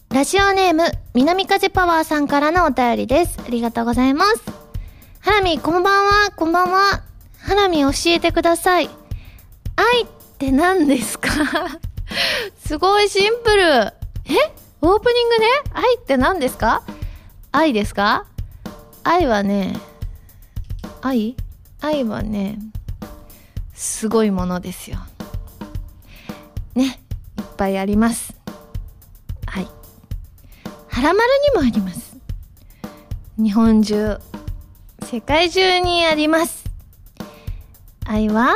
ラジオネーム南風パワーさんからのお便りです。ありがとうございます。ハラミこんばんは。こんばんは。ハラミ教えてください。愛って何ですか？すごいシンプル。オープニングね、愛って何ですか？愛ですか？愛はね、愛はね、すごいものですよ。ね、いっぱいあります。はい。はらまるにもあります。日本中、世界中にあります。愛は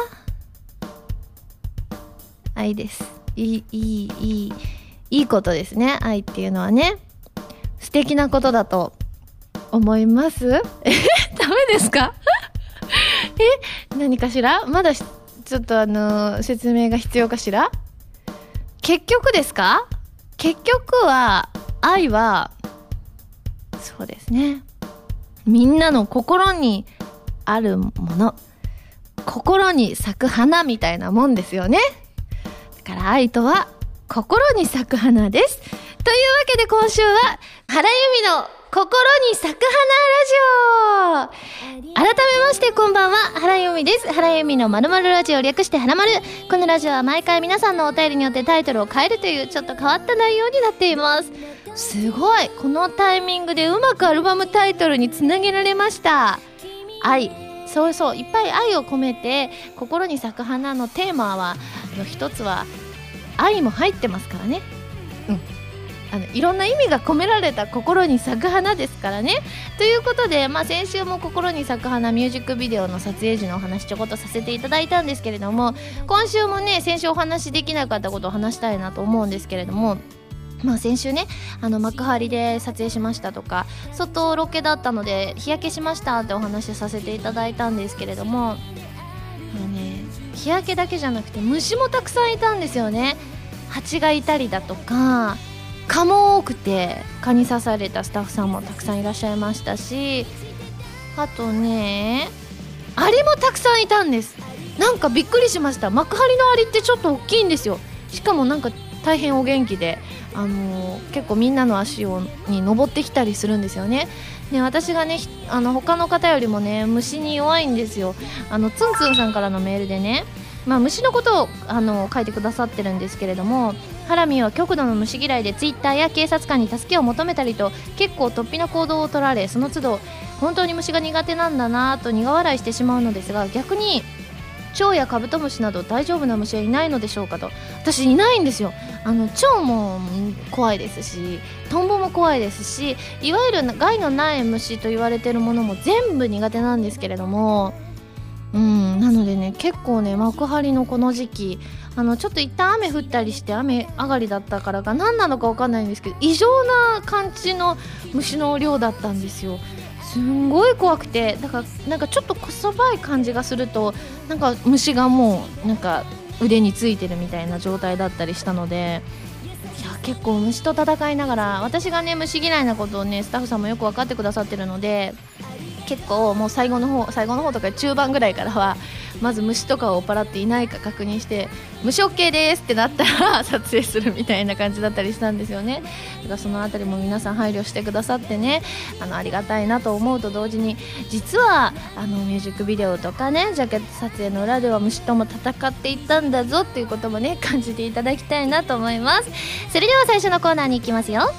愛です。いいことですね。愛っていうのはね、素敵なことだと思います。ダメですか？何かしら？まだちょっと説明が必要かしら？結局ですか？結局は愛はそうですね、みんなの心にあるもの、心に咲く花みたいなもんですよね。だから愛とは心に咲く花です。というわけで今週は原由美の心に咲く花ラジオ。改めましてこんばんは、原由美です。原由美の〇〇ラジオ、略してはらまる。このラジオは毎回皆さんのお便りによってタイトルを変えるというちょっと変わった内容になっています。すごい、このタイミングでうまくアルバムタイトルにつなげられました。愛、そういっぱい愛を込めて心に咲く花のテーマはの一つは愛も入ってますからね。いろんな意味が込められた心に咲く花ですからね。ということで、先週も心に咲く花ミュージックビデオの撮影時のお話ちょこっとさせていただいたんですけれども、今週もね、先週お話できなかったことを話したいなと思うんですけれども、先週ね、幕張で撮影しましたとか、外ロケだったので日焼けしましたってお話しさせていただいたんですけれども、日焼けだけじゃなくて虫もたくさんいたんですよね。蜂がいたりだとか、蚊も多くて蚊に刺されたスタッフさんもたくさんいらっしゃいましたし、あとね、アリもたくさんいたんです。なんかびっくりしました。幕張のアリってちょっと大きいんですよ。しかもなんか大変お元気で、結構みんなの足に登ってきたりするんですよね。私がね、他の方よりもね虫に弱いんですよ。ツンツンさんからのメールでね、虫のことを書いてくださってるんですけれども、ハラミは極度の虫嫌いでツイッターや警察官に助けを求めたりと結構突飛な行動を取られ、その都度本当に虫が苦手なんだなと苦笑いしてしまうのですが、逆に蝶やカブトムシなど大丈夫な虫はいないのでしょうかと。私いないんですよ。蝶も怖いですし、トンボも怖いですし、いわゆる害のない虫と言われているものも全部苦手なんですけれども、なのでね、結構ね、幕張のこの時期ちょっと一旦雨降ったりして雨上がりだったからか何なのか分かんないんですけど、異常な感じの虫の量だったんですよ。すんごい怖くて、だからなんかちょっとこそばい感じがすると、なんか虫がもうなんか腕についてるみたいな状態だったりしたので、いや結構虫と戦いながら、私がね虫嫌いなことをねスタッフさんもよく分かってくださってるので、結構もう最後の方とか中盤ぐらいからはまず虫とかを追っ払っていないか確認して、虫 OK ですってなったら撮影するみたいな感じだったりしたんですよね。だからそのあたりも皆さん配慮してくださってね、ありがたいなと思うと同時に、実はミュージックビデオとかねジャケット撮影の裏では虫とも戦っていったんだぞっていうこともね感じていただきたいなと思います。それでは最初のコーナーに行きますよ。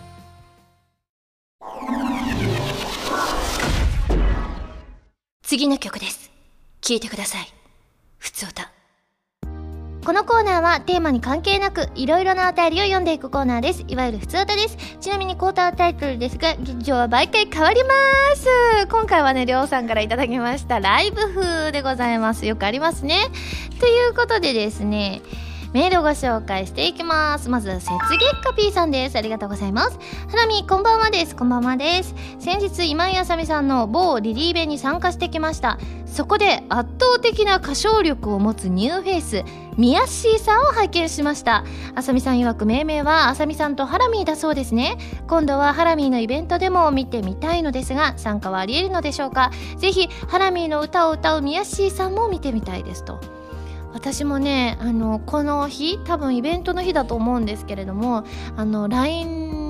次の曲です。聴いてください。ふつおた。このコーナーはテーマに関係なくいろいろなお便りを読んでいくコーナーです。いわゆるふつおたです。ちなみにコーナータイトルですが、劇場は毎回変わります。今回はね、りょうさんからいただきましたライブ風でございます。よくありますね。ということでですね、メールをご紹介していきます。まず、雪月花 P さんです。ありがとうございます。ハラミ、こんばんはです。こんばんはです。先日、今井あさみさんの某リリーベに参加してきました。そこで圧倒的な歌唱力を持つニューフェイス、ミヤッシーさんを拝見しました。あさみさん曰く命名はあさみさんとハラミーだそうですね。今度はハラミーのイベントでも見てみたいのですが、参加はあり得るのでしょうか。ぜひ、ハラミーの歌を歌うミヤッシーさんも見てみたいですと。私もね、この日多分イベントの日だと思うんですけれども、LINE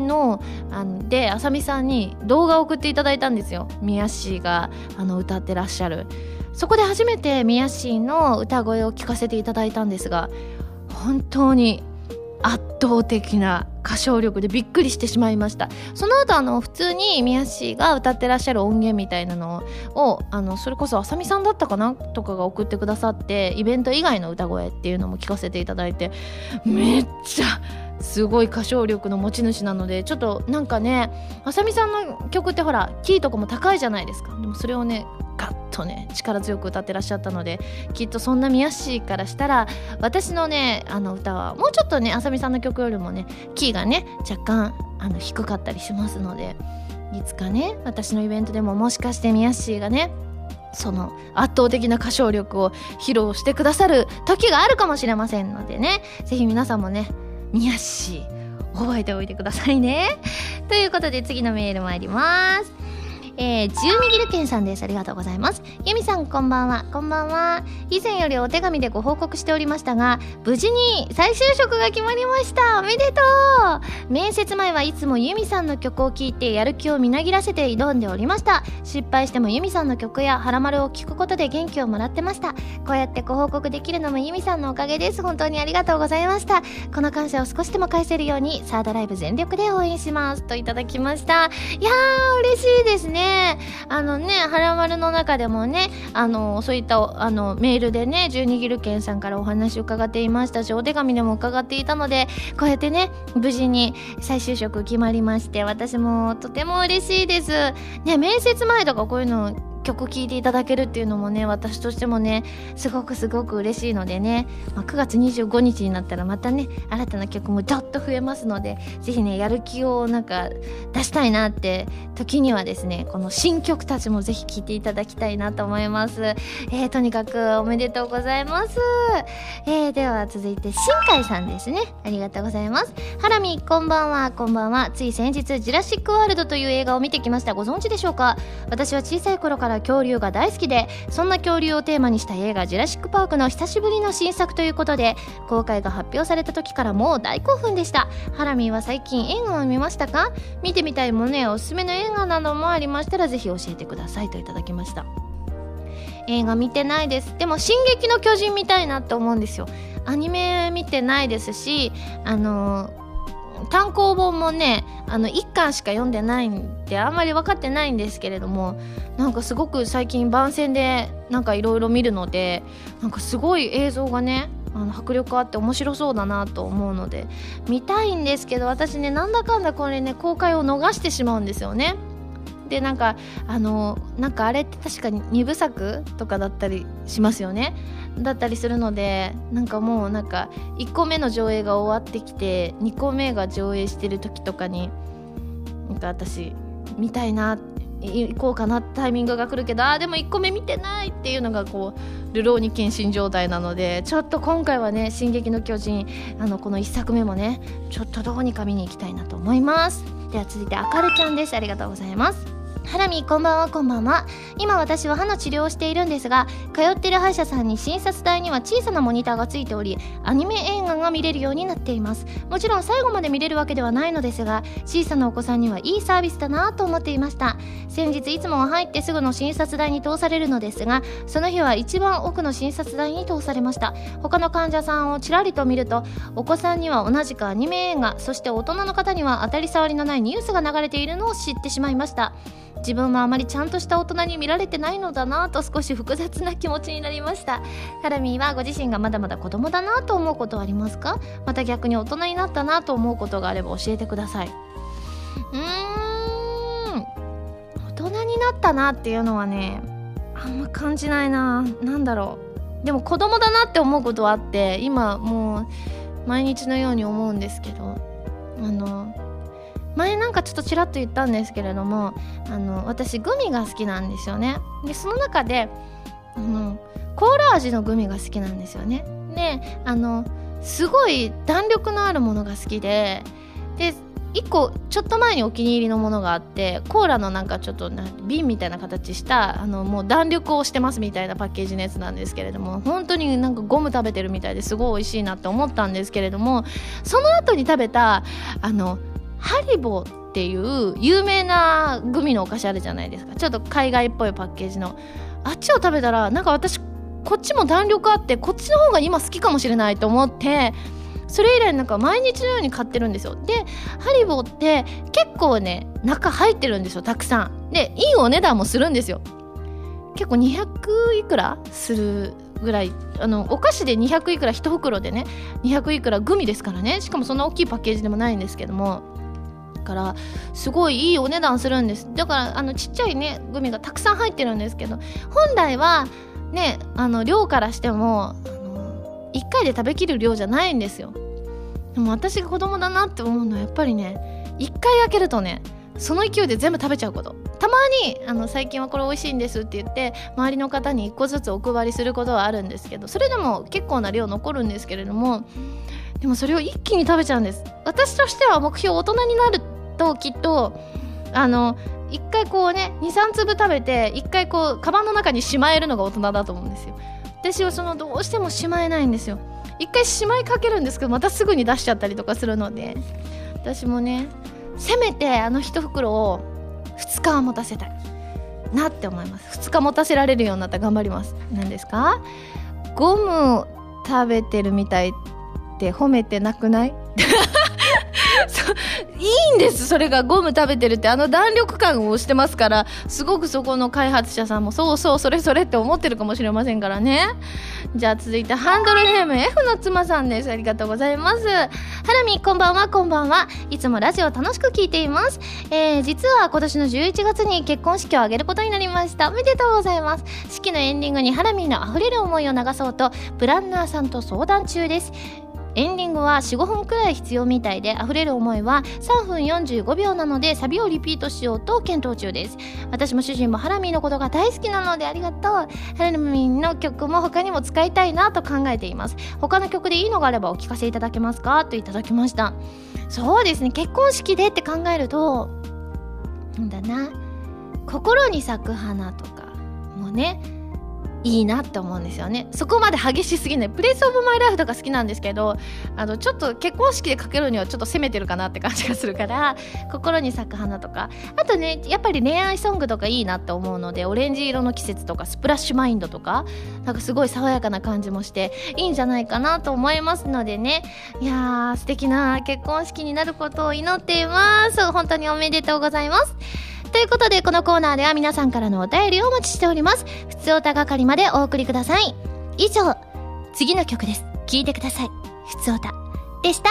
のであさみさんに動画を送っていただいたんですよ。ミヤッシーが歌ってらっしゃる。そこで初めてミヤッシーの歌声を聞かせていただいたんですが、本当に圧倒的な歌唱力でびっくりしてしまいました。その後普通にミヤッシーが歌ってらっしゃる音源みたいなのをそれこそあさみさんだったかなとかが送ってくださって、イベント以外の歌声っていうのも聞かせていただいて、めっちゃすごい歌唱力の持ち主なので、ちょっとなんかね、あさみさんの曲ってほらキーとかも高いじゃないですか。でもそれをねガッとね力強く歌ってらっしゃったので、きっとそんなミヤッシーからしたら私のね歌はもうちょっとねあさみさんの曲よりもねキーがね若干低かったりしますので、いつかね私のイベントでももしかしてミヤッシーがねその圧倒的な歌唱力を披露してくださる時があるかもしれませんのでね、ぜひ皆さんもねミヤッシー覚えておいてくださいね。ということで次のメール参ります。12ギルケンさんです。ありがとうございます。ユミさんこんばんは。こんばんは。以前よりお手紙でご報告しておりましたが、無事に再就職が決まりました。おめでとう。面接前はいつもユミさんの曲を聴いてやる気をみなぎらせて挑んでおりました。失敗してもユミさんの曲やハラマルを聴くことで元気をもらってました。こうやってご報告できるのもユミさんのおかげです。本当にありがとうございました。この感謝を少しでも返せるようにサードライブ全力で応援しますといただきました。いやー嬉しいですね。ハラマルの中でもねそういったメールでね12ギルケンさんからお話を伺っていましたし、お手紙でも伺っていたので、こうやってね無事に再就職決まりまして、私もとても嬉しいですね。面接前とかこういうの曲聴いていただけるっていうのもね、私としてもねすごく嬉しいのでね、9月25日になったらまたね新たな曲もちょっと増えますので、ぜひねやる気をなんか出したいなって時にはですね、この新曲たちもぜひ聴いていただきたいなと思います。とにかくおめでとうございます。では続いて新海さんですね。ありがとうございます。ハラミこんばんは。こんばんは。つい先日ジュラシックワールドという映画を見てきました。ご存知でしょうか。私は小さい頃から恐竜が大好きで、そんな恐竜をテーマにした映画ジュラシックパークの久しぶりの新作ということで、公開が発表された時からもう大興奮でした。ハラミーは最近映画を見ましたか？見てみたいものやおすすめの映画などもありましたらぜひ教えてくださいといただきました。映画見てないです。でも進撃の巨人見たいなって思うんですよ。アニメ見てないですし、単行本もね1巻しか読んでないんであんまり分かってないんですけれども、なんかすごく最近番宣でなんかいろいろ見るので、なんかすごい映像がね迫力あって面白そうだなと思うので見たいんですけど、私ねなんだかんだこれね公開を逃してしまうんですよね。でなんかあれって確かに2部作とかだったりしますよね。だったりするので、なんかもうなんか1個目の上映が終わってきて2個目が上映してる時とかになんか私見たいな行こうかなタイミングが来るけど、でも1個目見てないっていうのがこう流浪に献身状態なので、ちょっと今回はね進撃の巨人この1作目もねちょっとどうにか見に行きたいなと思います。では続いてあかるちゃんです。ありがとうございます。ハラミこんばんは。こんばんは。今私は歯の治療をしているんですが、通っている歯医者さんに診察台には小さなモニターがついており、アニメ映画が見れるようになっています。もちろん最後まで見れるわけではないのですが、小さなお子さんにはいいサービスだなと思っていました。先日いつもは入ってすぐの診察台に通されるのですが、その日は一番奥の診察台に通されました。他の患者さんをちらりと見ると、お子さんには同じくアニメ映画、そして大人の方には当たり障りのないニュースが流れているのを知ってしまいました。自分はあまりちゃんとした大人に見られてないのだなと少し複雑な気持ちになりました。ハラミーはご自身がまだまだ子供だなと思うことはありますか？また逆に大人になったなと思うことがあれば教えてください。大人になったなっていうのはねあんま感じないな。なんだろう、でも子供だなって思うことはあって、今もう毎日のように思うんですけど、前なんかちょっとちらっと言ったんですけれども、私グミが好きなんですよね。でその中でコーラ味のグミが好きなんですよね。ですごい弾力のあるものが好きで、1個ちょっと前にお気に入りのものがあって、コーラのなんかちょっと瓶みたいな形したもう弾力をしてますみたいなパッケージのやつなんですけれども、本当になんかゴム食べてるみたいですごい美味しいなって思ったんですけれども、その後に食べたハリボーっていう有名なグミのお菓子あるじゃないですか。ちょっと海外っぽいパッケージのあっちを食べたら、なんか私こっちも弾力あって、こっちの方が今好きかもしれないと思って、それ以来なんか毎日のように買ってるんですよ。でハリボーって結構ね中入ってるんですよ、たくさんで。いいお値段もするんですよ。結構200いくらするぐらい、お菓子で200いくら1袋でね、200いくらグミですからね。しかもそんな大きいパッケージでもないんですけども、だからすごいいいお値段するんです。だからちっちゃいねグミがたくさん入ってるんですけど、本来はね量からしても1回で食べきる量じゃないんですよ。でも私が子供だなって思うのはやっぱりね、1回開けるとねその勢いで全部食べちゃうこと。たまに最近はこれ美味しいんですって言って周りの方に1個ずつお配りすることはあるんですけど、それでも結構な量残るんですけれども、でもそれを一気に食べちゃうんです。私としては目標、大人になるときっと1回こうね 2,3 粒食べて1回こうカバンの中にしまえるのが大人だと思うんですよ。私はどうしてもしまえないんですよ。1回しまいかけるんですけどまたすぐに出しちゃったりとかするので、私もねせめて1袋を2日は持たせたいなって思います。2日持たせられるようになったら頑張ります。何ですか？ゴムを食べてるみたいって褒めてなくない？いいんです。それがゴム食べてるって弾力感をしてますから、すごくそこの開発者さんもそうそうそれそれって思ってるかもしれませんからね。じゃあ続いてハンドルネーム F の妻さんです。ありがとうございます。ハラミこんばんは。こんばんは。いつもラジオ楽しく聞いています。実は今年の11月に結婚式を挙げることになりました。おめでとうございます。式のエンディングにハラミの溢れる思いを流そうとプランナーさんと相談中です。エンディングは 4,5 分くらい必要みたいで、溢れる思いは3分45秒なのでサビをリピートしようと検討中です。私も主人もハラミーのことが大好きなのでありがとう。ハラミーの曲も他にも使いたいなと考えています。他の曲でいいのがあればお聞かせいただけますかといただきました。そうですね、結婚式でって考えるとなんだな、心に咲く花とかもねいいなって思うんですよね。そこまで激しすぎない。プレイスオブマイライフとか好きなんですけど、ちょっと結婚式でかけるにはちょっと攻めてるかなって感じがするから、心に咲く花とか、あとねやっぱり恋愛ソングとかいいなって思うので、オレンジ色の季節とかスプラッシュマインドとかなんかすごい爽やかな感じもしていいんじゃないかなと思いますのでね。いやー素敵な結婚式になることを祈っています。本当におめでとうございます。ということでこのコーナーでは皆さんからのお便りをお待ちしております。ふつおた係までお送りください。以上、次の曲です。聴いてください。ふつおたでした。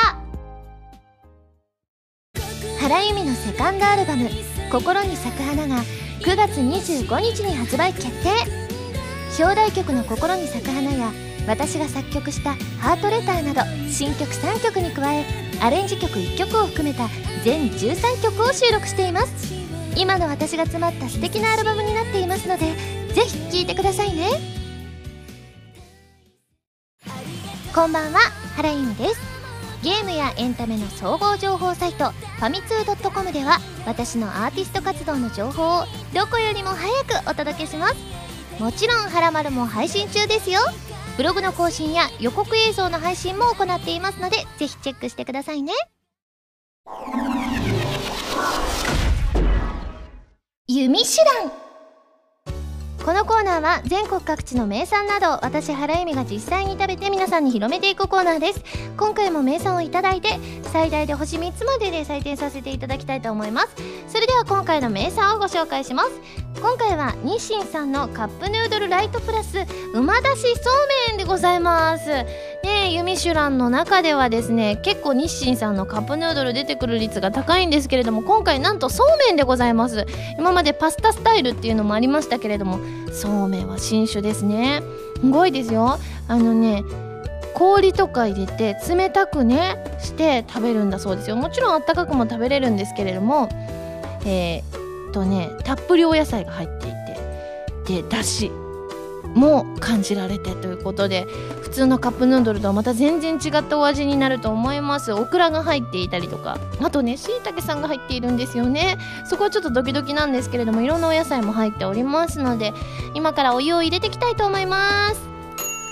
原由美のセカンドアルバム心に咲く花が9月25日に発売決定。表題曲の心に咲く花や私が作曲したハートレターなど新曲3曲に加えアレンジ曲1曲を含めた全13曲を収録しています。今の私が詰まった素敵なアルバムになっていますのでぜひ聴いてくださいね。こんばんは、原由美です。ゲームやエンタメの総合情報サイトファミツー .com では私のアーティスト活動の情報をどこよりも早くお届けします。もちろんハラマルも配信中ですよ。ブログの更新や予告映像の配信も行っていますのでぜひチェックしてくださいね。ユミシュラン。このコーナーは全国各地の名産など私原由美が実際に食べて皆さんに広めていくコーナーです。今回も名産をいただいて最大で星3つまでで採点させていただきたいと思います。それでは今回の名産をご紹介します。今回は日清さんのカップヌードルライトプラス馬だしそうめんでございますね。ユミシュランの中ではですね結構日清さんのカップヌードル出てくる率が高いんですけれども、今回なんとそうめんでございます。今までパスタスタイルっていうのもありましたけれどもそうめんは新種ですね。すごいですよ。氷とか入れて冷たくねして食べるんだそうですよ。もちろんあったかくも食べれるんですけれどもたっぷりお野菜が入っていてでだしも感じられてということで普通のカップヌードルとはまた全然違ったお味になると思います。オクラが入っていたりとかあとねしいたけさんが入っているんですよね。そこはちょっとドキドキなんですけれどもいろんなお野菜も入っておりますので今からお湯を入れていきたいと思います。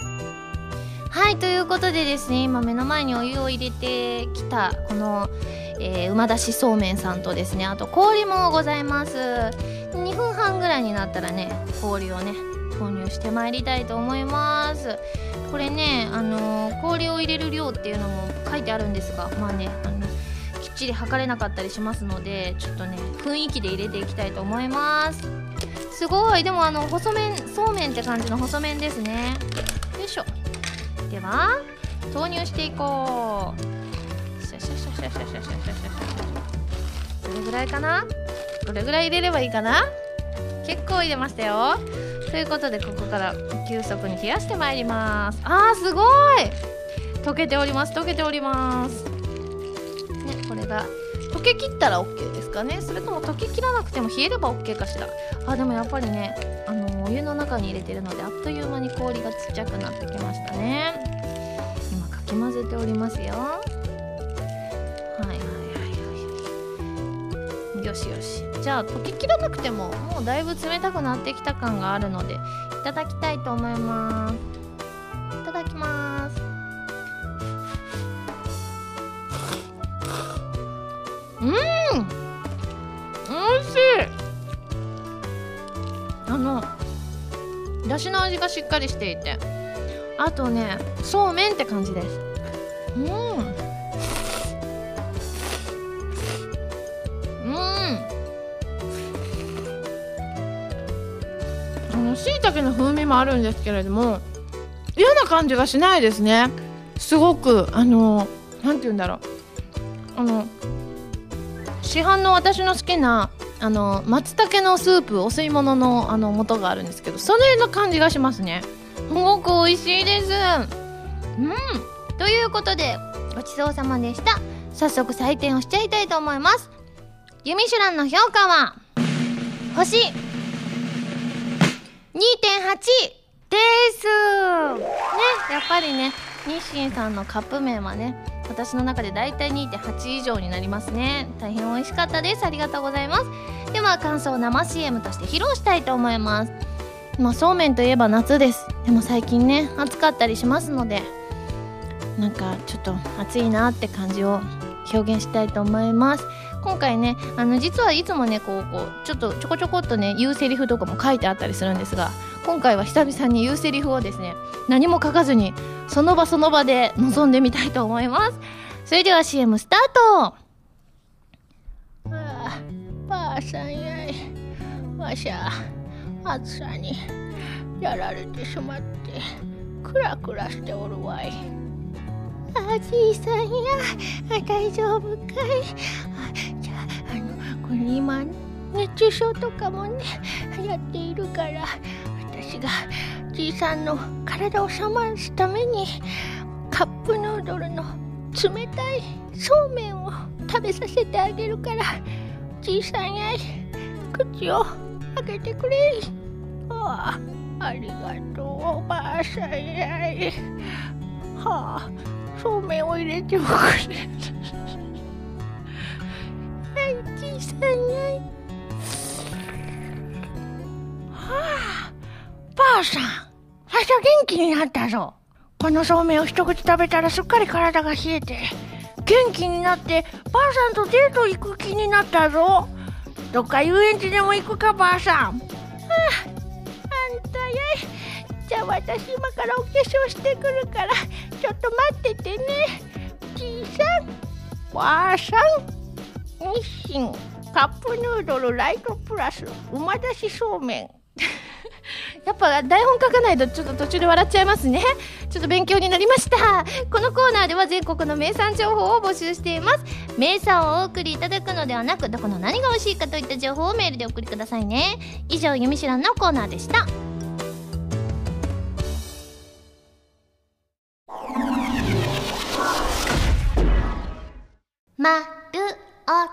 はい、ということでですね今目の前にお湯を入れてきたこの馬出しそうめんさんとですね、あと氷もございます。2分半ぐらいになったらね、氷をね投入してまいりたいと思います。これね、氷を入れる量っていうのも書いてあるんですが、まあね、きっちり測れなかったりしますので、ちょっとね雰囲気で入れていきたいと思います。すごい、でも細麺、そうめんって感じの細麺ですね。よいしょ。では投入していこう。シャシャシャシャシャシャシャシャシャ。どれぐらいかな、どれぐらい入れればいいかな。結構入れましたよ。ということで、ここから急速に冷やしてまいります。すごい溶けております、溶けておりますね。これが溶けきったら OK ですかね。それとも溶けきらなくても冷えれば OK かしら。でもやっぱりね、お湯の中に入れてるので、あっという間に氷がちっちゃくなってきましたね。今かき混ぜておりますよ。はいはいはいはい。よしよし。じゃあ溶けきらなくてももうだいぶ冷たくなってきた感があるので、いただきたいと思います。いただきます。おいしい。だしの味がしっかりしていて、あとね、そうめんって感じです。しいたけの風味もあるんですけれども、嫌な感じがしないですね。すごくなんて言うんだろう、市販の私の好きな松茸のスープ、お吸い物の素があるんですけど、それの感じがしますね。すごく美味しいです。ということで、ごちそうさまでした。早速採点をしちゃいたいと思います。ユミシュランの評価は星 2.8 ですね。やっぱりね、日清さんのカップ麺はね、私の中でだいたい 2.8 以上になりますね。大変美味しかったです。ありがとうございます。では感想を生 CM として披露したいと思います。そうめんといえば夏です。でも最近ね、暑かったりしますので、なんかちょっと暑いなって感じを表現したいと思います。今回ね、実はいつもね、こうちょこちょこっとね言うセリフとかも書いてあったりするんですが、今回は久々に言うセリフをですね、何も書かずにその場その場で臨んでみたいと思います。それでは CM スタート。ばあさんやい、わしゃ暑さにやられてしまってクラクラしておるわい。じいさんや、大丈夫かい。じゃあこれ今熱中症とかもね流行っているから、私がじいさんの体を冷ますためにカップヌードルの冷たいそうめんを食べさせてあげるから、じいさんやい、口を開けてくれい。ありがとうおばあさんやい。そうめんを入れておくれ。じいさんやい。ばあさん、最初元気になったぞ。このそうめんを一口食べたらすっかり体が冷えて元気になって、ばあさんとデート行く気になったぞ。どっか遊園地でも行くか、ばあさん。あんたやい。じゃあ私今からお化粧してくるから、ちょっと待っててね。じいさん、ばあさん、日清カップヌードルライトプラス馬出しそうめん。やっぱ台本書かないとちょっと途中で笑っちゃいますね。ちょっと勉強になりました。このコーナーでは全国の名産情報を募集しています。名産をお送りいただくのではなく、どこの何が美味しいかといった情報をメールでお送りくださいね。以上、ゆみしらんのコーナーでした。まるおた。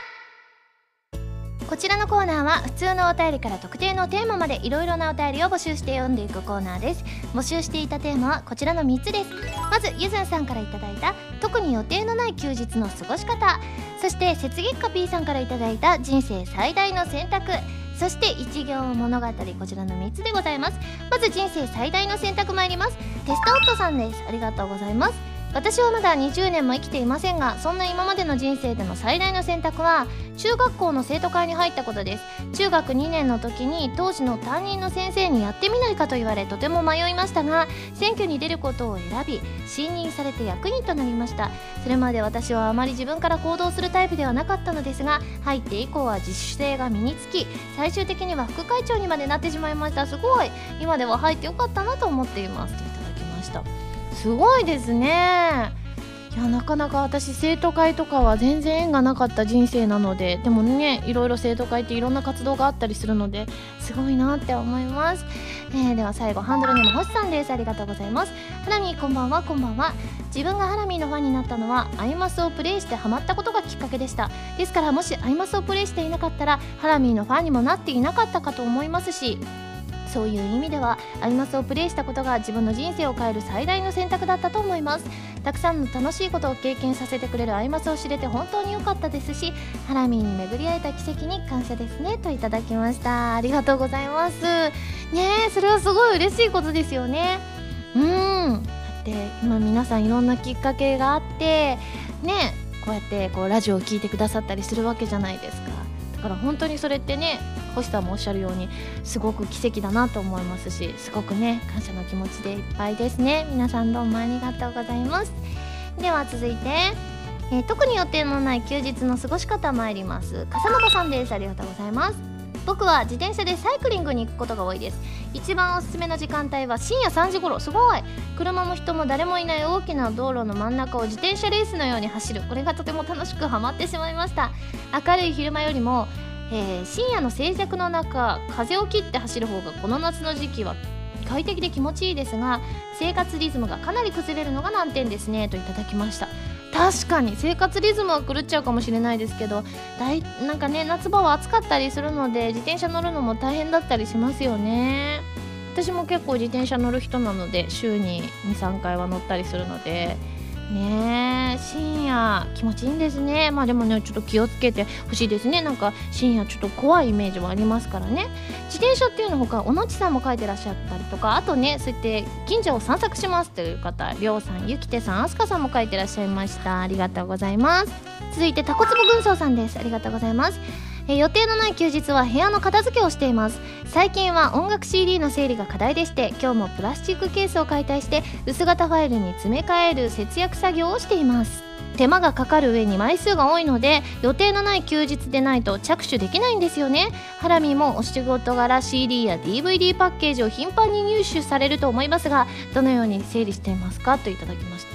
こちらのコーナーは普通のお便りから特定のテーマまでいろいろなお便りを募集して読んでいくコーナーです。募集していたテーマはこちらの3つです。まずゆずんさんからいただいた特に予定のない休日の過ごし方、そして雪月花 P さんからいただいた人生最大の選択、そして一行物語、こちらの3つでございます。まず人生最大の選択参ります。テストオットさんです。ありがとうございます。 私はまだ20年も生きていませんが、そんな今までの人生での最大の選択は中学校の生徒会に入ったことです。中学2年の時に当時の担任の先生にやってみないかと言われ、とても迷いましたが、選挙に出ることを選び信任されて役員となりました。それまで私はあまり自分から行動するタイプではなかったのですが、入って以降は自主性が身につき、最終的には副会長にまでなってしまいました。すごい、今では入ってよかったなと思っています、といただきました。すごいですね。いや、なかなか私生徒会とかは全然縁がなかった人生なので、でもね、いろいろ生徒会っていろんな活動があったりするので、すごいなって思います。では最後、ハンドルネーム星さんです。ありがとうございます。ハラミーこんばんは。こんばんは。自分がハラミーのファンになったのはアイマスをプレイしてハマったことがきっかけでした。ですからもしアイマスをプレイしていなかったらハラミーのファンにもなっていなかったかと思いますし、そういう意味ではアイマスをプレイしたことが自分の人生を変える最大の選択だったと思います。たくさんの楽しいことを経験させてくれるアイマスを知れて本当に良かったですし、ハラミーに巡り会えた奇跡に感謝ですね、といただきました。ありがとうございます。ねえ、それはすごい嬉しいことですよね。だって今皆さんいろんなきっかけがあってね、こうやってラジオを聞いてくださったりするわけじゃないですか。だから本当にそれってね、星さんもおっしゃるようにすごく奇跡だなと思いますし、すごくね、感謝の気持ちでいっぱいですね。皆さんどうもありがとうございます。では続いて、特に予定のない休日の過ごし方参ります。笠本さんです。ありがとうございます。僕は自転車でサイクリングに行くことが多いです。一番おすすめの時間帯は深夜3時頃。すごい、車も人も誰もいない大きな道路の真ん中を自転車レースのように走る。これがとても楽しくハマってしまいました。明るい昼間よりも深夜の静寂の中、風を切って走る方がこの夏の時期は快適で気持ちいいですが、生活リズムがかなり崩れるのが難点ですね、といただきました。確かに生活リズムは狂っちゃうかもしれないですけど、なんかね、夏場は暑かったりするので自転車乗るのも大変だったりしますよね。私も結構自転車乗る人なので、週に 2,3 回は乗ったりするのでね、深夜気持ちいいんですね。まあでもね、ちょっと気をつけてほしいですね。なんか深夜ちょっと怖いイメージはありますからね。自転車っていうのほか、おのちさんも書いてらっしゃったりとか、あとね、そうやって近所を散策しますという方、りょうさん、ゆきてさん、あすかさんも書いてらっしゃいました。ありがとうございます。続いてタコツボ軍曹さんです。ありがとうございます。予定のない休日は部屋の片付けをしています。最近は音楽 CD の整理が課題でして、今日もプラスチックケースを解体して薄型ファイルに詰め替える節約作業をしています。手間がかかる上に枚数が多いので、予定のない休日でないと着手できないんですよね。ハラミもお仕事柄 CD や DVD パッケージを頻繁に入手されると思いますが、どのように整理していますか、といただきました。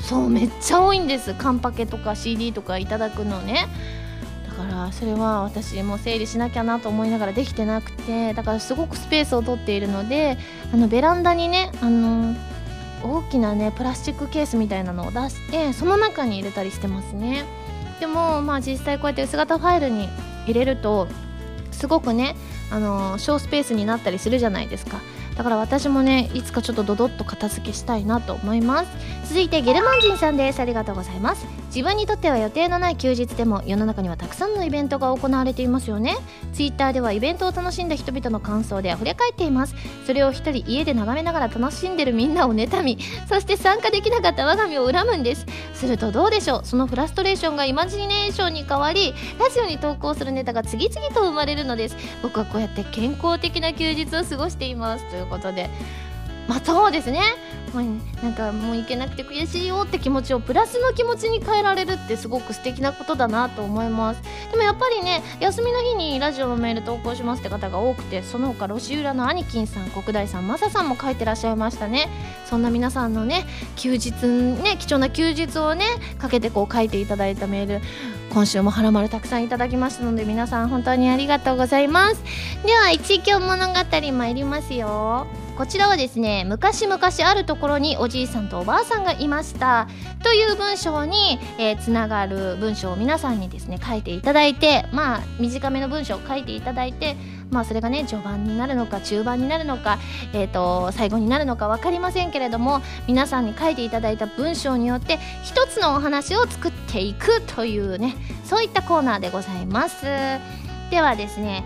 そう、めっちゃ多いんです。カンパケとか CD とかいただくのね。だからそれは私も整理しなきゃなと思いながらできてなくて、だからすごくスペースを取っているので、ベランダにね、大きなねプラスチックケースみたいなのを出して、その中に入れたりしてますね。でもまあ実際こうやって薄型ファイルに入れるとすごくね、小スペースになったりするじゃないですか。だから私もね、いつかちょっとドドッと片付けしたいなと思います。続いてゲルマン人さんです。ありがとうございます。自分にとっては予定のない休日でも世の中にはたくさんのイベントが行われていますよね。ツイッターではイベントを楽しんだ人々の感想で溢れ返っています。それを一人家で眺めながら楽しんでるみんなを妬み、そして参加できなかった我が身を恨むんです。するとどうでしょう、そのフラストレーションがイマジネーションに変わり、ラジオに投稿するネタが次々と生まれるのです。僕はこうやって健康的な休日を過ごしています、ということで、まあそうですね、なんかもう行けなくて悔しいよって気持ちをプラスの気持ちに変えられるってすごく素敵なことだなと思います。でもやっぱりね、休みの日にラジオのメール投稿しますって方が多くて、その他路地裏のアニキンさん、国大さん、マサさんも書いてらっしゃいましたね。そんな皆さんのね休日ね、貴重な休日をねかけてこう書いていただいたメール、今週もハラマルたくさんいただきましたので、皆さん本当にありがとうございます。では一挙物語参りますよ。こちらはですね、昔々あるところにおじいさんとおばあさんがいましたという文章に、つながる文章を皆さんにですね書いていただいて、まあ短めの文章を書いていただいて、まあそれがね序盤になるのか中盤になるのか、最後になるのか分かりませんけれども、皆さんに書いていただいた文章によって一つのお話を作っていくというね、そういったコーナーでございます。ではですね、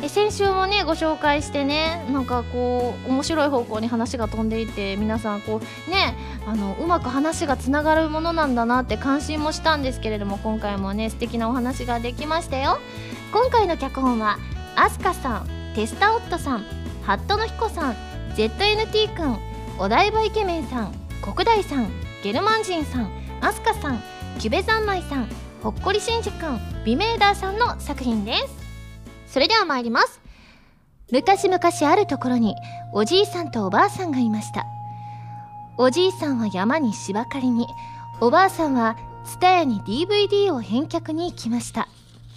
先週もねご紹介してね、なんかこう面白い方向に話が飛んでいて、皆さんこうねうまく話がつながるものなんだなって感心もしたんですけれども、今回もね素敵なお話ができましたよ。今回の脚本はアスカさん、テスタオットさん、ハットの彦さん、 ZNT くん、お台場イケメンさん、国大さん、ゲルマン人さん、アスカさん、キュベ三昧さん、ほっこりしんじくん、ビメーダーさんの作品です。それでは参ります。昔々あるところにおじいさんとおばあさんがいました。おじいさんは山に芝刈りに、おばあさんはツタヤに DVD を返却に行きました。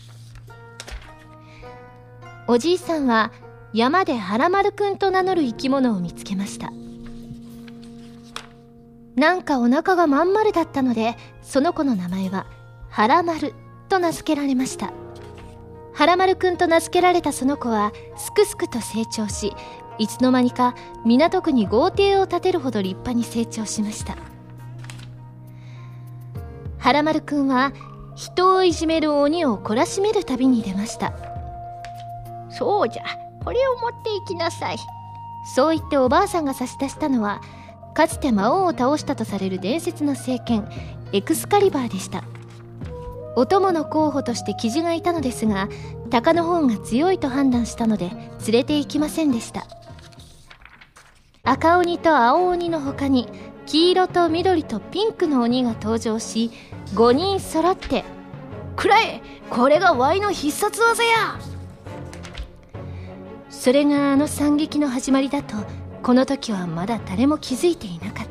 おじいさんは山ではらまるくんと名乗る生き物を見つけました。なんかお腹がまん丸だったので、その子の名前ははらまると名付けられました。はらまるくんと名付けられたその子はすくすくと成長し、いつの間にか港区に豪邸を建てるほど立派に成長しました。はらまるくんは人をいじめる鬼を懲らしめる旅に出ました。そうじゃ、これを持っていきなさい。そう言っておばあさんが差し出したのは、かつて魔王を倒したとされる伝説の聖剣エクスカリバーでした。お供の候補としてキジがいたのですが、鷹の方が強いと判断したので連れて行きませんでした。赤鬼と青鬼の他に黄色と緑とピンクの鬼が登場し、5人揃ってくらえ、これがワイの必殺技や。それがあの惨劇の始まりだと、この時はまだ誰も気づいていなかった。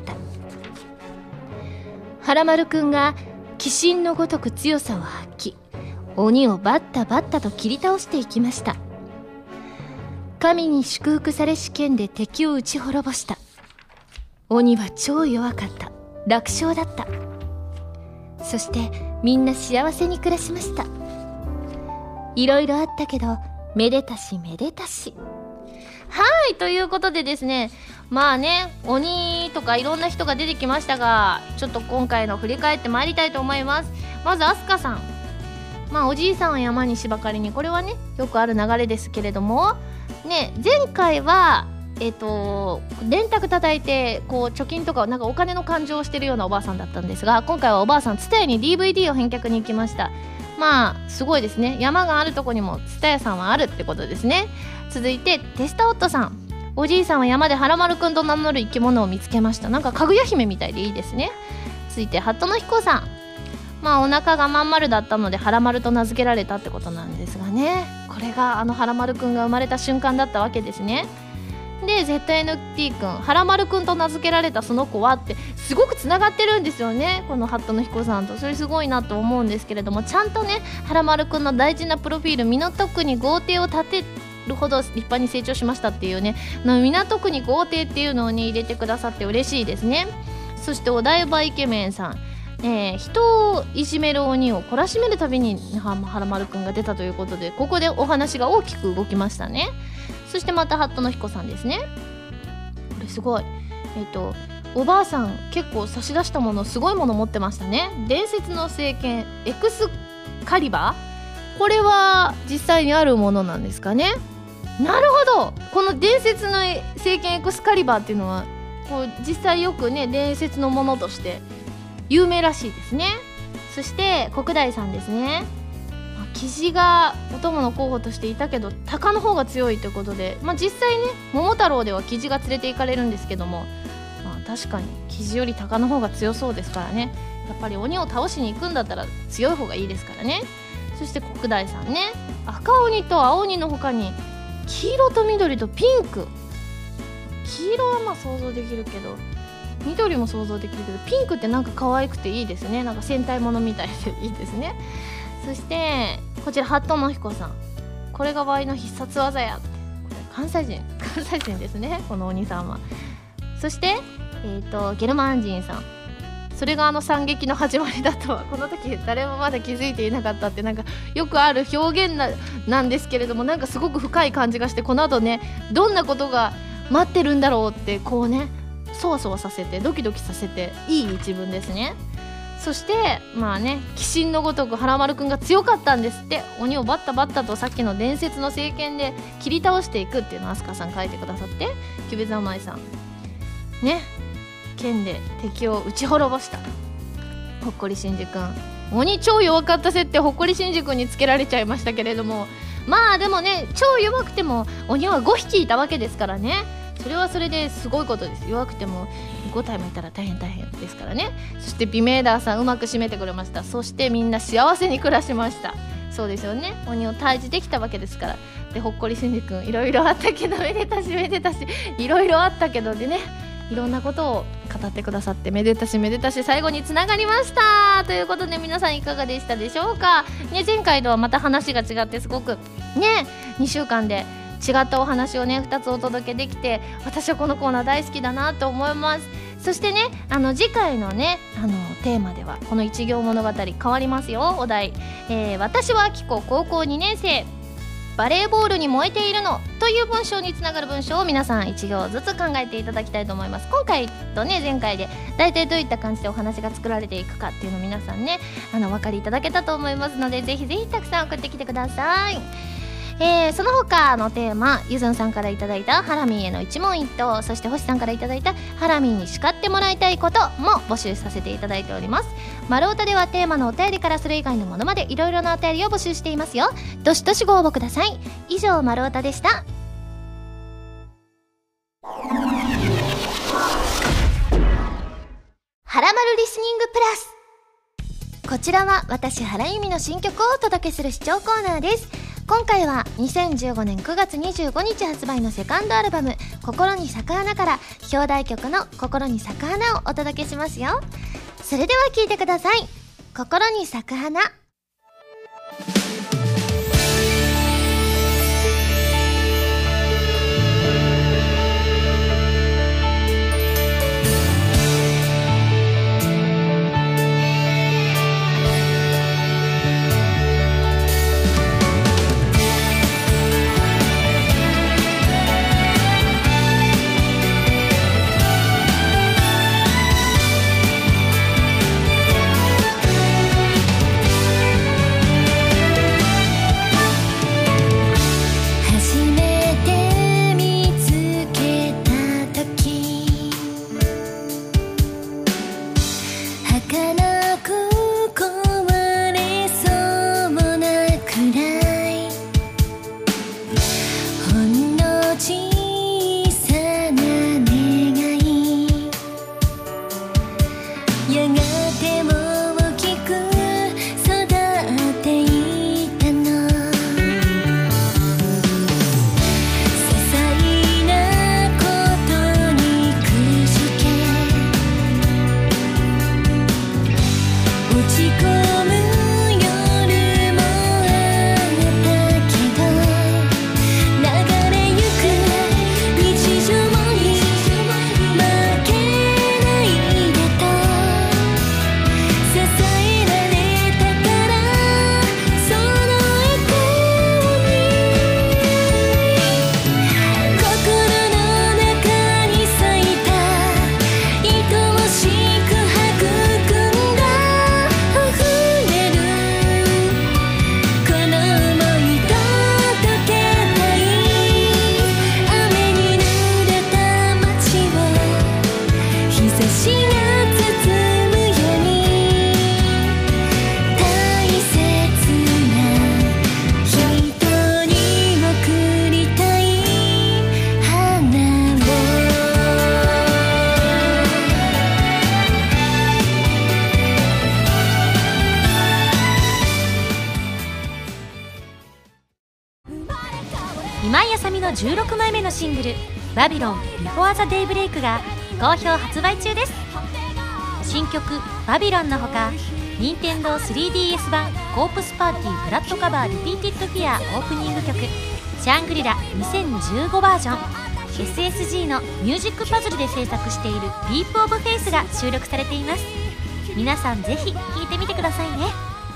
はらまるくんが鬼神のごとく強さを発揮、鬼をバッタバッタと切り倒していきました。神に祝福されし剣で敵を打ち滅ぼした。鬼は超弱かった。楽勝だった。そしてみんな幸せに暮らしました。いろいろあったけど、めでたしめでたし。はい、ということでですね、まあね、鬼とかいろんな人が出てきましたが、ちょっと今回の振り返ってまいりたいと思います。まずアスカさん、おじいさんは山に芝刈りに、これはねよくある流れですけれどもね、前回は電卓叩いてこう貯金とかなんかお金の勘定をしてるようなおばあさんだったんですが、今回はおばあさんツタヤに DVD を返却に行きました。すごいですね。山があるとこにもツタヤさんはあるってことですね。続いてテスタオットさん、おじいさんは山ではらまるくんと名乗る生き物を見つけました。なんかかぐや姫みたいでいいですね。続いてハットの彦さん、お腹がまん丸だったのではらまると名付けられたってことなんですがね、これがあのはらまるくんが生まれた瞬間だったわけですね。で ZNT くん、はらまるくんと名付けられたその子はってすごくつながってるんですよね、このハットの彦さんと。それすごいなと思うんですけれども、ちゃんとねはらまるくんの大事なプロフィール、港区に豪邸を建てるほど立派に成長しましたっていうね、港区に豪邸っていうのをね入れてくださって嬉しいですね。そしてお台場イケメンさん、人をいじめる鬼を懲らしめるたびにはらまるくんが出たということで、ここでお話が大きく動きましたね。そしてまたハットの彦さんですね。これすごい、おばあさん結構差し出したもの、すごいもの持ってましたね。伝説の聖剣エクスカリバー、これは実際にあるものなんですかね。なるほど、この伝説の聖剣エクスカリバーっていうのはこう実際よくね伝説のものとして有名らしいですね。そして国大さんですね。キジがお供の候補としていたけど鷹の方が強いということで、実際ね桃太郎ではキジが連れて行かれるんですけども、確かにキジより鷹の方が強そうですからね。やっぱり鬼を倒しに行くんだったら強い方がいいですからね。そして国大さんね、赤鬼と青鬼の他に黄色と緑とピンク。黄色は想像できるけど緑も想像できるけど、ピンクってなんか可愛くていいですね。なんか戦隊ものみたいでいいですね。そしてこちらハットの彦さん、これがワイの必殺技やって、これ関西人ですね、このお兄さんは。そしてゲルマン人さん、それがあの惨劇の始まりだとはこの時誰もまだ気づいていなかったって、なんかよくある表現なんですけれども、なんかすごく深い感じがして、この後ねどんなことが待ってるんだろうってこうねそわそわさせてドキドキさせていい一文ですね。 そしてまあね、鬼神のごとく原丸くんが強かったんですって。鬼をバッタバッタとさっきの伝説の聖剣で切り倒していくっていうのを飛鳥さん書いてくださって、キュベザマイさんね、剣で敵を打ち滅ぼしたほっこりしんじくん。鬼超弱かった設定ほっこりしんじくんにつけられちゃいましたけれども、まあでもね、超弱くても鬼は5匹いたわけですからね、それはそれですごいことです。弱くても5体もいたら大変ですからね。そしてビメーダーさんうまく締めてくれました。そしてみんな幸せに暮らしました。そうですよね、鬼を退治できたわけですから。でほっこりしんじくんいろいろあったけど、めでたしいろいろあったけどでね、いろんなことを語ってくださってめでたし最後につながりましたということで、皆さんいかがでしたでしょうか、ね、前回とはまた話が違ってすごくね、2週間で違ったお話をね2つお届けできて、私はこのコーナー大好きだなと思います。そしてね、次回のねテーマではこの一行物語変わりますよ。お題、私は秋子高校2年生バレーボールに燃えているのという文章につながる文章を皆さん1行ずつ考えていただきたいと思います。今回とね前回で大体どういった感じでお話が作られていくかっていうのを皆さんねお分かりいただけたと思いますので、ぜひぜひたくさん送ってきてください。その他のテーマ、ゆずんさんからいただいたハラミンへの一問一答、そして星さんからいただいたハラミンに叱ってもらいたいことも募集させていただいております。マルオタではテーマのお便りからそれ以外のものまでいろいろなお便りを募集していますよ。どしどしご応募ください。以上、マルオタでした。ハラマルリスニングプラス。こちらは私原由美の新曲をお届けする視聴コーナーです。今回は2015年9月25日発売のセカンドアルバム心に咲く花から表題曲の心に咲く花をお届けしますよ。それでは聴いてください。心に咲く花。 今井あさみの16枚目のシングル「バビロン Before the Daybreak」が好評発売中です。新曲「バビロン」のほか任天堂 3DS 版コープスパーティーフラットカバーリピーティッドフィアオープニング曲シャングリラ2015バージョン SSG のミュージックパズルで制作しているディープオブフェイスが収録されています。皆さんぜひ聴いてみてくださいね。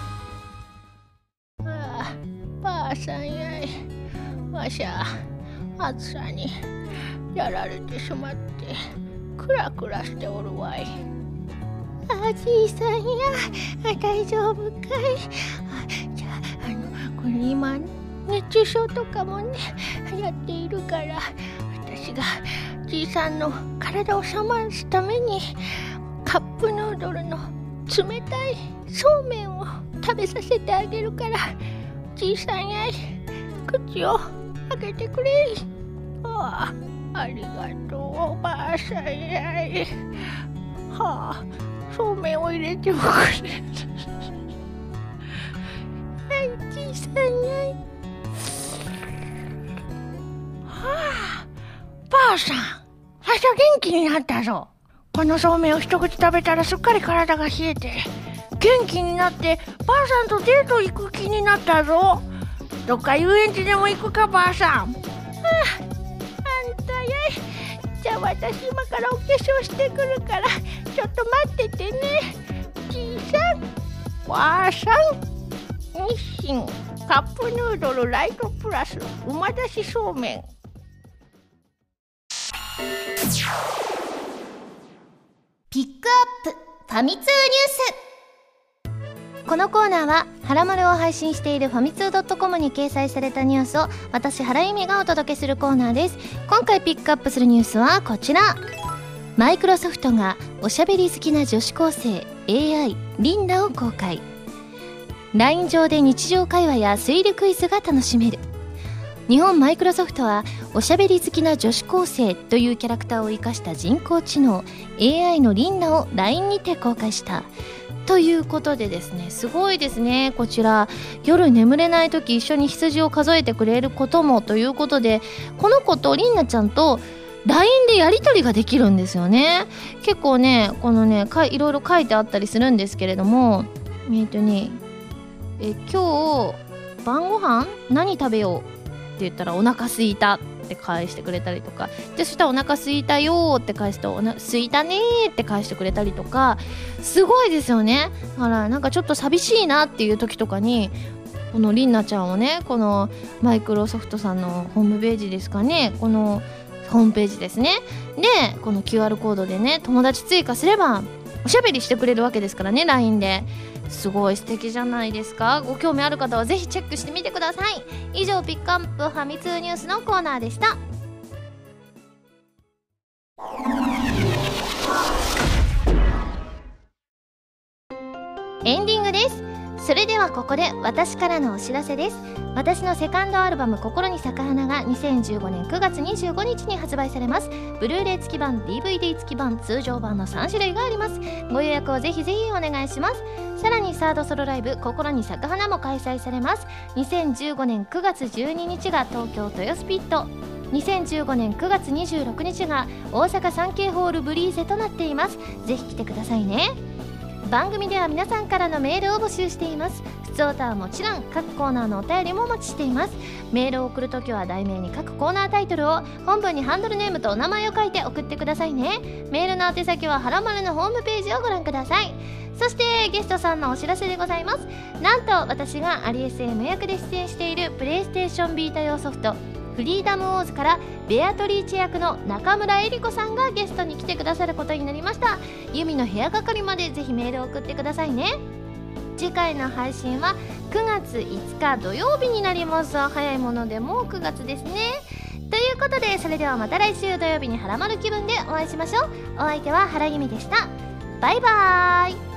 ばあさんやい、わしゃ暑さにやられてしまってクラクラしておるわい。あじいさんや、大丈夫かい？じゃあ、これ今熱中症とかもねやっているから、私がじいさんの体を冷ますためにカップヌードルの冷たいそうめんを食べさせてあげるから、じいさんやい、口を開けてくれ。ありがとうおばあさんやい。そうめんを入れてもくれ。はい、じいさんやい。ばあさん、明日元気になったぞ。このそうめんを一口食べたらすっかり体が冷えて元気になって、ばあさんとデート行く気になったぞ。どっか遊園地でも行くか、ばあさん。あんたやい。じゃあ私今からお化粧してくるからちょっと待っててね。じいさん、ばあさん、日清カップヌードルライトプラス馬出しそうめん。 ピックアップファミ通ニュース。 このコーナーはハラマルを配信しているファミツー .com に掲載されたニュースを私原由美がお届けするコーナーです。今回ピックアップするニュースはこちら。マイクロソフトがおしゃべり好きな女子高生 AI リンダを公開。 LINE 上で日常会話や推理クイズが楽しめる。日本マイクロソフトはおしゃべり好きな女子高生というキャラクターを生かした人工知能 AI のリンダを LINE にて公開したということでですね、すごいですね。こちら夜眠れない時一緒に羊を数えてくれることもということで、この子とリンナちゃんと LINE でやり取りができるんですよね。結構ね、このねいろいろ書いてあったりするんですけれども、今日晩ご飯何食べようって言ったらお腹すいたって返してくれたりとかで、そしたらお腹すいたよって返すとすいたねって返してくれたりとか、すごいですよね。だからなんかちょっと寂しいなっていう時とかにこのリンナちゃんをね、このマイクロソフトさんのホームページですかね、このホームページですねでこの QR コードでね友達追加すればおしゃべりしてくれるわけですからね、 LINE で。すごい素敵じゃないですか。ご興味ある方はぜひチェックしてみてください。以上ピックアップファミ通ニュースのコーナーでした。エンディングです。それではここで私からのお知らせです。私のセカンドアルバム心に咲く花が2015年9月25日に発売されます。ブルーレイ付き版、 DVD 付き版、通常版の3種類があります。ご予約をぜひぜひお願いします。さらにサードソロライブ心に咲く花も開催されます。2015年9月12日が東京豊洲ピット、2015年9月26日が大阪サンケイホールブリーゼとなっています。ぜひ来てくださいね。番組では皆さんからのメールを募集しています。普通歌はもちろん各コーナーのお便りもお待ちしています。メールを送るときは題名に各コーナータイトルを、本文にハンドルネームとお名前を書いて送ってくださいね。メールの宛先ははらまるのホームページをご覧ください。そしてゲストさんのお知らせでございます。なんと私がアリ SM 役で出演しているプレイステーションビータ用ソフトフリーダムウォーズからベアトリーチェ役の中村江里子さんがゲストに来てくださることになりました。ユミの部屋係までぜひメールを送ってくださいね。次回の配信は9月5日土曜日になります。早いものでもう9月ですね。ということで、それではまた来週土曜日にハラマル気分でお会いしましょう。お相手は原由美でした。バイバーイ。